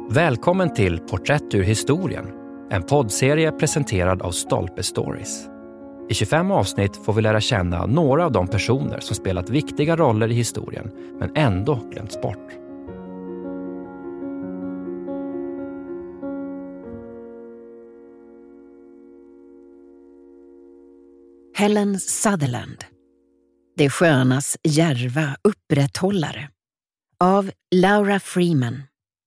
Välkommen till Porträtt ur historien, en poddserie presenterad av Stolpe Stories. I 25 avsnitt får vi lära känna några av de personer som spelat viktiga roller i historien men ändå glömts bort. Helen Sutherland. Det skönas djärva upprätthållare. Av Laura Freeman.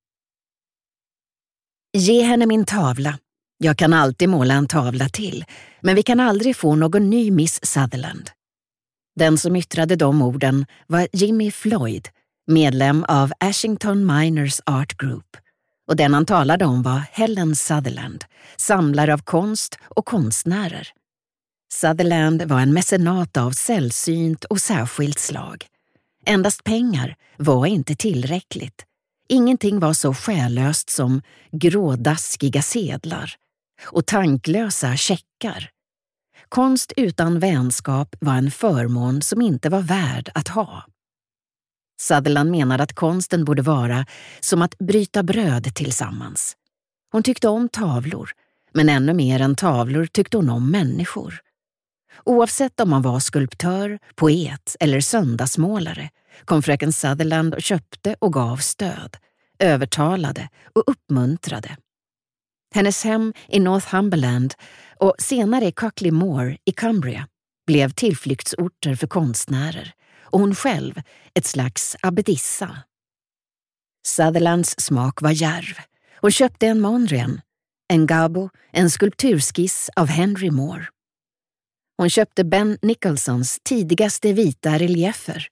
Ge henne min tavla. Jag kan alltid måla en tavla till, men vi kan aldrig få någon ny Miss Sutherland. Den som yttrade de orden var Jimmy Floyd, medlem av Ashington Miners Art Group. Och den han talade om var Helen Sutherland, samlare av konst och konstnärer. Sutherland var en mecenat av sällsynt och särskilt slag. Endast pengar var inte tillräckligt. Ingenting var så själlöst som grådaskiga sedlar och tanklösa checkar. Konst utan vänskap var en förmån som inte var värd att ha. Sutherland menade att konsten borde vara som att bryta bröd tillsammans. Hon tyckte om tavlor, men ännu mer än tavlor tyckte hon om människor. Oavsett om man var skulptör, poet eller söndagsmålare kom fröken Sutherland och köpte och gav stöd, övertalade och uppmuntrade. Hennes hem i Northumberland och senare i Cockley Moor i Cumbria blev tillflyktsorter för konstnärer och hon själv ett slags abbedissa. Sutherlands smak var djärv. Hon köpte en Mondrian, en Gabo, en skulpturskiss av Henry Moore. Hon köpte Ben Nicholsons tidigaste vita reliefer.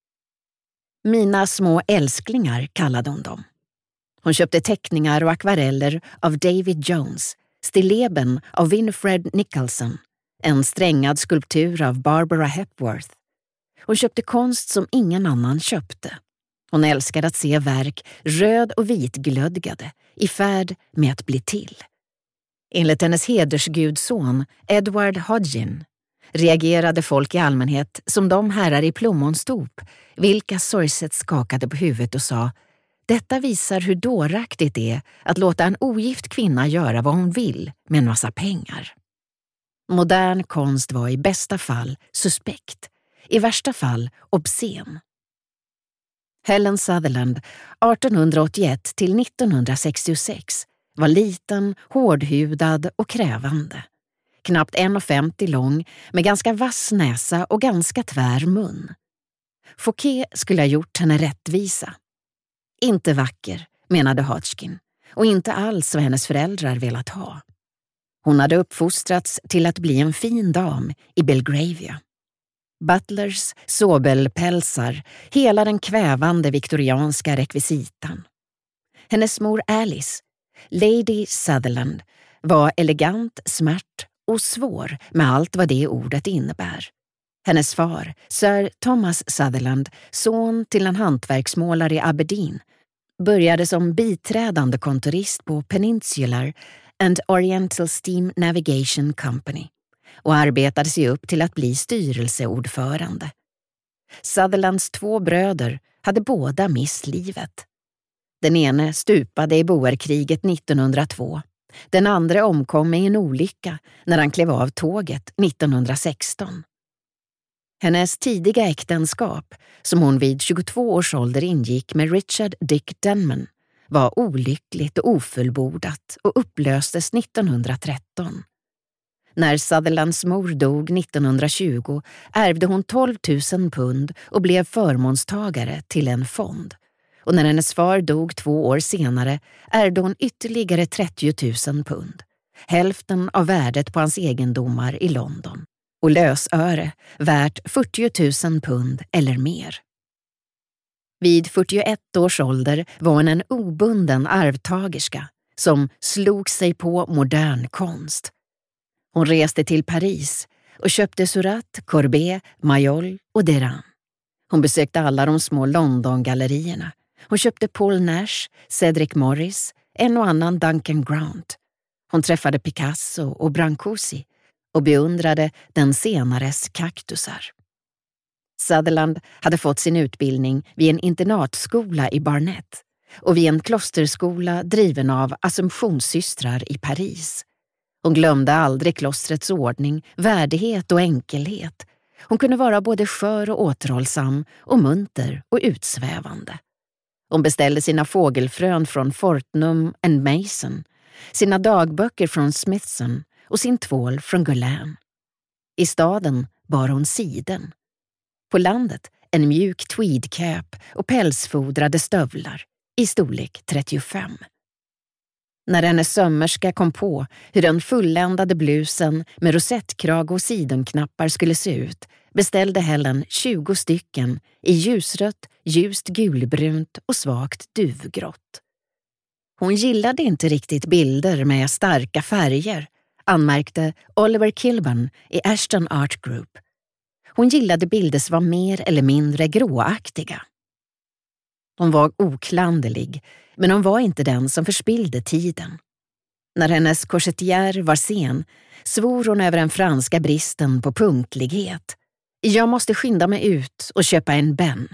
Mina små älsklingar kallade hon dem. Hon köpte teckningar och akvareller av David Jones, stilleben av Winifred Nicholson, en strängad skulptur av Barbara Hepworth. Hon köpte konst som ingen annan köpte. Hon älskade att se verk röd- och vitglödgade, i färd med att bli till. Enligt hennes hedersgudson Edward Hodgin reagerade folk i allmänhet som de herrar i plommonstop, vilka sorgset skakade på huvudet och sa: detta visar hur dåraktigt det är att låta en ogift kvinna göra vad hon vill med en massa pengar. Modern konst var i bästa fall suspekt, i värsta fall obscen. Helen Sutherland, 1881 till 1966, var liten, hårdhudad och krävande. Knappt 1,50 lång, med ganska vass näsa och ganska tvär mun. Fouquet skulle ha gjort henne rättvisa. Inte vacker, menade Hodgkin, och inte alls vad hennes föräldrar velat ha. Hon hade uppfostrats till att bli en fin dam i Belgravia. Butlers, sobelpälsar, hela den kvävande viktorianska rekvisitan. Hennes mor Alice, Lady Sutherland, var elegant, smärt och svår med allt vad det ordet innebär. Hennes far, Sir Thomas Sutherland, son till en hantverksmålare i Aberdeen, började som biträdande kontorist på Peninsular and Oriental Steam Navigation Company och arbetade sig upp till att bli styrelseordförande. Sutherlands 2 bröder hade båda mist livet. Den ene stupade i Boerkriget 1902. Den andra omkom i en olycka när han klev av tåget 1916. Hennes tidiga äktenskap, som hon vid 22 års ålder ingick med Richard Dick Denman, var olyckligt och ofullbordat och upplöstes 1913. När Sutherlands mor dog 1920 ärvde hon 12 000 pund och blev förmånstagare till en fond. Och när hennes far dog 2 år senare ärvde hon ytterligare 30 000 pund, hälften av värdet på hans egendomar i London, och lösöre värt 40 000 pund eller mer. Vid 41 års ålder var hon en obunden arvtagerska som slog sig på modern konst. Hon reste till Paris och köpte Surat, Courbet, Mayol och Derain. Hon besökte alla de små London-gallerierna. Hon köpte Paul Nash, Cedric Morris, en och annan Duncan Grant. Hon träffade Picasso och Brancusi och beundrade den senares kaktusar. Sutherland hade fått sin utbildning vid en internatskola i Barnet, och vid en klosterskola driven av Assumptionssystrar i Paris. Hon glömde aldrig klostrets ordning, värdighet och enkelhet. Hon kunde vara både skör och återhållsam och munter och utsvävande. Hon beställde sina fågelfrön från Fortnum and Mason, sina dagböcker från Smithson och sin tvål från Guerlain. I staden bar hon siden. På landet en mjuk tweedcap och pälsfodrade stövlar i storlek 35. När hennes sömmerska kom på hur den fulländade blusen med rosettkrag och sidenknappar skulle se ut, beställde Helen 20 stycken i ljusrött, ljust gulbrunt och svagt duvgrått. Hon gillade inte riktigt bilder med starka färger, anmärkte Oliver Kilburn i Ashton Art Group. Hon gillade bilder som var mer eller mindre gråaktiga. Hon var oklanderlig, men hon var inte den som förspillde tiden. När hennes corsetier var sen svor hon över den franska bristen på punktlighet. Jag måste skynda mig ut och köpa en ben.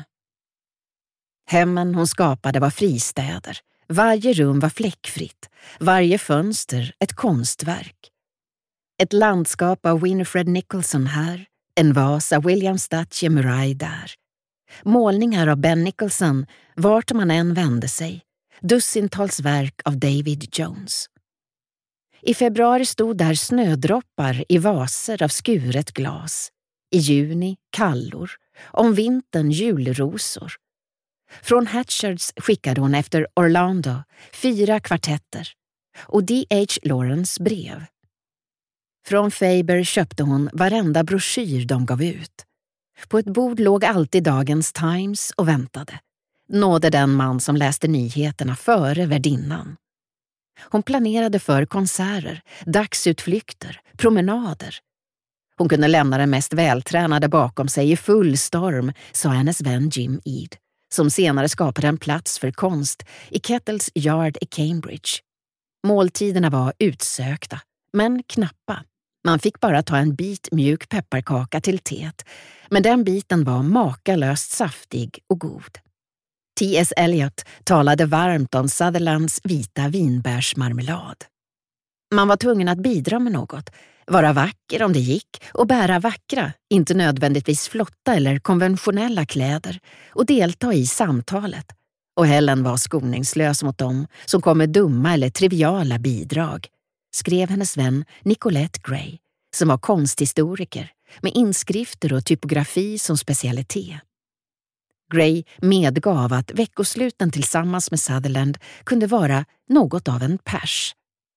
Hemmen hon skapade var fristäder. Varje rum var fläckfritt, varje fönster ett konstverk. Ett landskap av Winifred Nicholson här, en vas av William Statue Murray där. Målningar av Ben Nicholson vart man än vände sig. Dussintals verk av David Jones. I februari stod där snödroppar i vaser av skuret glas. I juni kallor, om vintern julrosor. Från Hatchards skickade hon efter Orlando 4 kvartetter och D.H. Lawrence brev. Från Faber köpte hon varenda broschyr de gav ut. På ett bord låg alltid dagens Times och väntade. Nådde den man som läste nyheterna före värdinnan. Hon planerade för konserter, dagsutflykter, promenader. Hon kunde lämna den mest vältränade bakom sig i full storm, sa hennes vän Jim Eade, som senare skapade en plats för konst i Kettles Yard i Cambridge. Måltiderna var utsökta, men knappa. Man fick bara ta en bit mjuk pepparkaka till teet, men den biten var makalöst saftig och god. T.S. Eliot talade varmt om Sutherlands vita vinbärsmarmelad. Man var tvungen att bidra med något, vara vacker om det gick och bära vackra, inte nödvändigtvis flotta eller konventionella kläder och delta i samtalet. Och Helen var skoningslös mot dem som kom med dumma eller triviala bidrag, skrev hennes vän Nicolette Gray, som var konsthistoriker med inskrifter och typografi som specialitet. Gray medgav att veckosluten tillsammans med Sutherland kunde vara något av en pärs.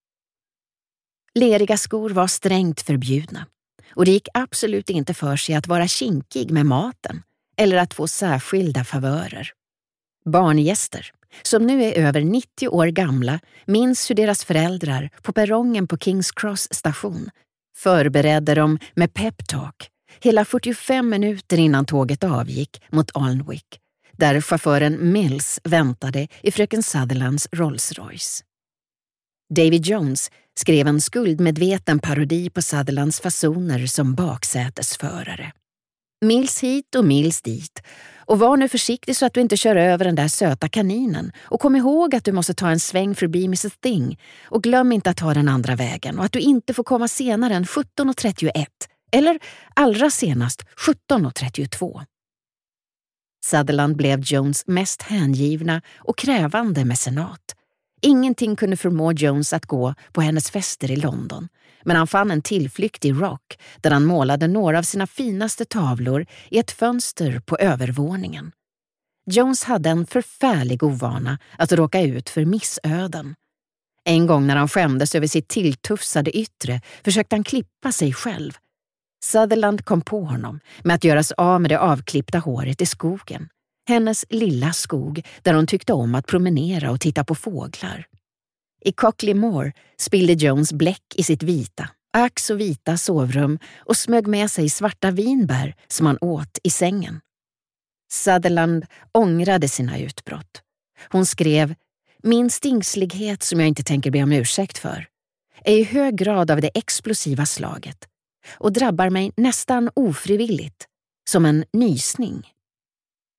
Leriga skor var strängt förbjudna och det gick absolut inte för sig att vara kinkig med maten eller att få särskilda favörer. Barngäster, som nu är över 90 år gamla, minns hur deras föräldrar på perrongen på Kings Cross station förberedde dem med peptalk hela 45 minuter innan tåget avgick mot Alnwick, där chauffören Mills väntade i fröken Sutherlands Rolls-Royce. David Jones skrev en skuldmedveten parodi på Sutherlands fasoner som baksätesförare. Mills hit och Mills dit. Och var nu försiktig så att du inte kör över den där söta kaninen. Och kom ihåg att du måste ta en sväng förbi Mrs. Thing. Och glöm inte att ta den andra vägen. Och att du inte får komma senare än 17:31. Eller allra senast 17:32. Sutherland blev Jones mest hängivna och krävande mecenat. Ingenting kunde förmå Jones att gå på hennes fester i London, men han fann en tillflykt i Rock där han målade några av sina finaste tavlor i ett fönster på övervåningen. Jones hade en förfärlig ovana att råka ut för missöden. En gång när han skämdes över sitt tilltufsade yttre försökte han klippa sig själv. Sutherland kom på honom med att göras av med det avklippta håret i skogen. Hennes lilla skog där hon tyckte om att promenera och titta på fåglar. I Cockley Moor spillde Jones bläck i sitt vita, ax och vita sovrum och smög med sig svarta vinbär som han åt i sängen. Sutherland ångrade sina utbrott. Hon skrev: "Min stingslighet som jag inte tänker be om ursäkt för är i hög grad av det explosiva slaget och drabbar mig nästan ofrivilligt som en nysning."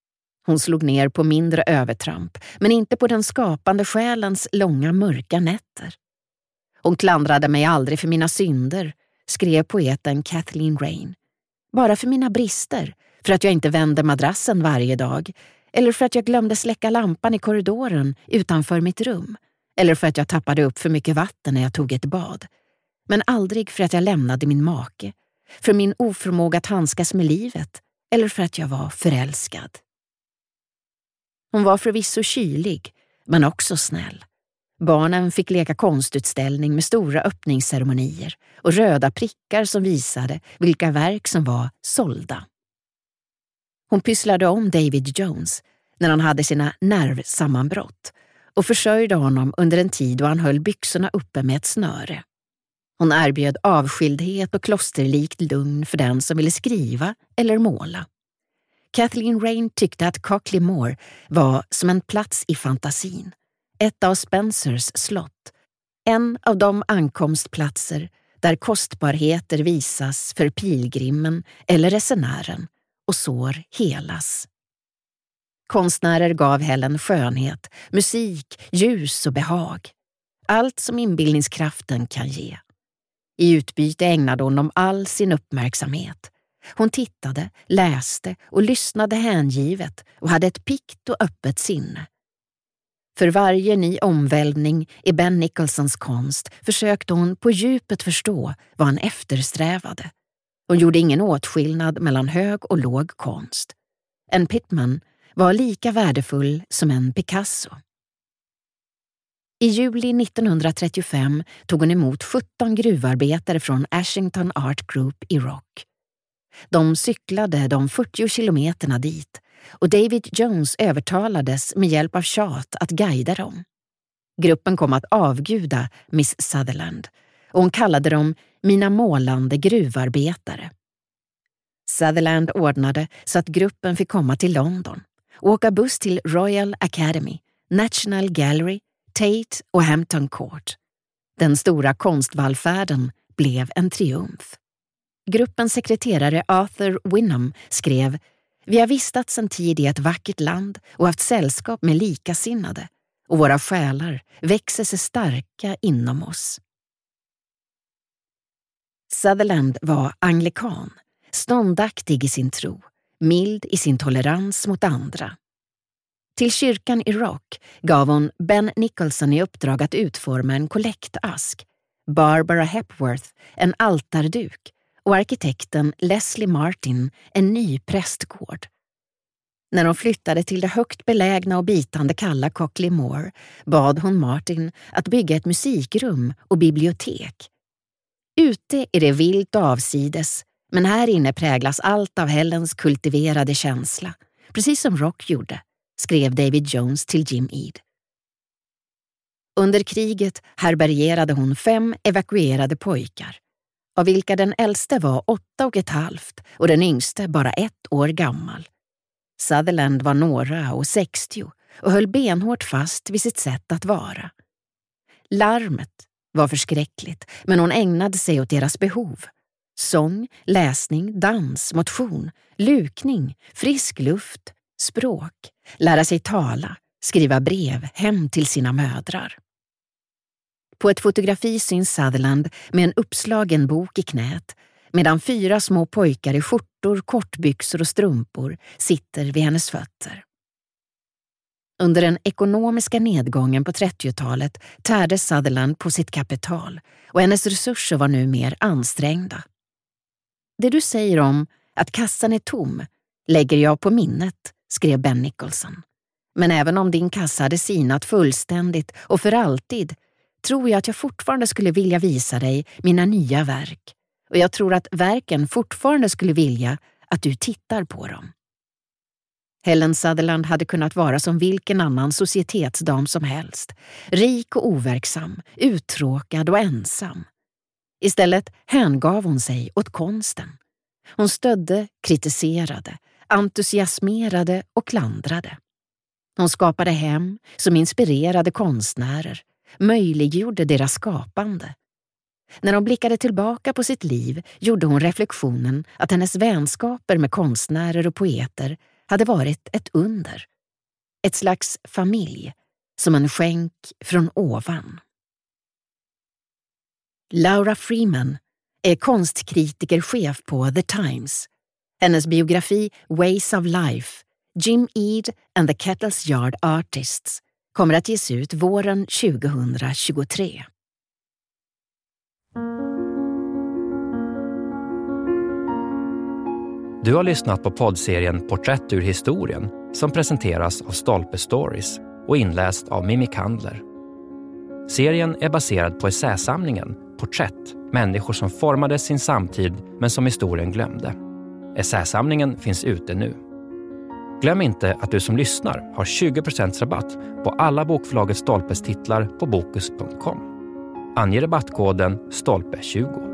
Hon slog ner på mindre övertramp, men inte på den skapande själens långa mörka nätter. Hon klandrade mig aldrig för mina synder, skrev poeten Kathleen Rain. Bara för mina brister, för att jag inte vände madrassen varje dag, eller för att jag glömde släcka lampan i korridoren utanför mitt rum, eller för att jag tappade upp för mycket vatten när jag tog ett bad. Men aldrig för att jag lämnade min make, för min oförmåga att handskas med livet, eller för att jag var förälskad. Hon var förvisso kylig, men också snäll. Barnen fick leka konstutställning med stora öppningsceremonier och röda prickar som visade vilka verk som var sålda. Hon pysslade om David Jones när han hade sina nervsammanbrott och försörjde honom under en tid då han höll byxorna uppe med ett snöre. Hon erbjöd avskildhet och klosterlikt lugn för den som ville skriva eller måla. Kathleen Rain tyckte att Cockley Moor var som en plats i fantasin, ett av Spencers slott, en av de ankomstplatser där kostbarheter visas för pilgrimen eller resenären och sår helas. Konstnärer gav Helen skönhet, musik, ljus och behag. Allt som inbildningskraften kan ge. I utbyte ägnade hon dem all sin uppmärksamhet. Hon tittade, läste och lyssnade hängivet och hade ett pikt och öppet sinne. För varje ny omvälvning i Ben Nicholsons konst försökte hon på djupet förstå vad han eftersträvade. Hon gjorde ingen åtskillnad mellan hög och låg konst. En Pitman var lika värdefull som en Picasso. I juli 1935 tog hon emot 17 gruvarbetare från Ashington Art Group i Rock. De cyklade de 40 kilometerna dit och David Jones övertalades med hjälp av tjat att guida dem. Gruppen kom att avguda Miss Sutherland och hon kallade dem mina målande gruvarbetare. Sutherland ordnade så att gruppen fick komma till London och åka buss till Royal Academy, National Gallery, Tate och Hampton Court. Den stora konstvallfärden blev en triumf. Gruppens sekreterare Arthur Wynnum skrev: "Vi har vistats en tid i ett vackert land och haft sällskap med likasinnade, och våra själar växer sig starka inom oss." Sutherland var anglikan, ståndaktig i sin tro, mild i sin tolerans mot andra. Till kyrkan i Rock gav hon Ben Nicholson i uppdrag att utforma en kollektask, Barbara Hepworth en altarduk och arkitekten Leslie Martin en ny prästgård. När de flyttade till det högt belägna och bitande kalla Cockley Moor bad hon Martin att bygga ett musikrum och bibliotek. Ute är det vilt och avsides, men här inne präglas allt av Helens kultiverade känsla, precis som Rock gjorde, skrev David Jones till Jim Eade. Under kriget härbärgerade hon 5 evakuerade pojkar, av vilka den äldste var 8,5 och den yngste bara 1 år gammal. Sutherland var några och 60 och höll benhårt fast vid sitt sätt att vara. Larmet var förskräckligt, men hon ägnade sig åt deras behov. Sång, läsning, dans, motion, lukning, frisk luft, språk, lära sig tala, skriva brev hem till sina mödrar. På ett fotografi syns Sutherland med en uppslagen bok i knät, medan 4 små pojkar i skjortor, kortbyxor och strumpor sitter vid hennes fötter. Under den ekonomiska nedgången på 30-talet tärde Sutherland på sitt kapital och hennes resurser var nu mer ansträngda. "Det du säger om att kassan är tom lägger jag på minnet", skrev Ben Nicholson. "Men även om din kassa hade sinat fullständigt och för alltid tror jag att jag fortfarande skulle vilja visa dig mina nya verk. Och jag tror att verken fortfarande skulle vilja att du tittar på dem." Helen Sutherland hade kunnat vara som vilken annan societetsdam som helst. Rik och overksam, uttråkad och ensam. Istället hängav hon sig åt konsten. Hon stödde, kritiserade, entusiasmerade och klandrade. Hon skapade hem som inspirerade konstnärer, möjliggjorde deras skapande. När hon blickade tillbaka på sitt liv gjorde hon reflektionen att hennes vänskaper med konstnärer och poeter hade varit ett under. Ett slags familj, som en skänk från ovan. Laura Freeman är konstkritikerchef på The Times. Hennes biografi Ways of Life, Jim Eade and the Kettle's Yard Artists kommer att ges ut våren 2023. Du har lyssnat på poddserien Porträtt ur historien som presenteras av Stolpe Stories och inläst av Mimmi Kandler. Serien är baserad på essäsamlingen Porträtt, människor som formade sin samtid men som historien glömde. Essäsamlingen finns ute nu. Glöm inte att du som lyssnar har 20% rabatt på alla bokförlaget Stolpes titlar på bokus.com. Ange rabattkoden STOLPE20.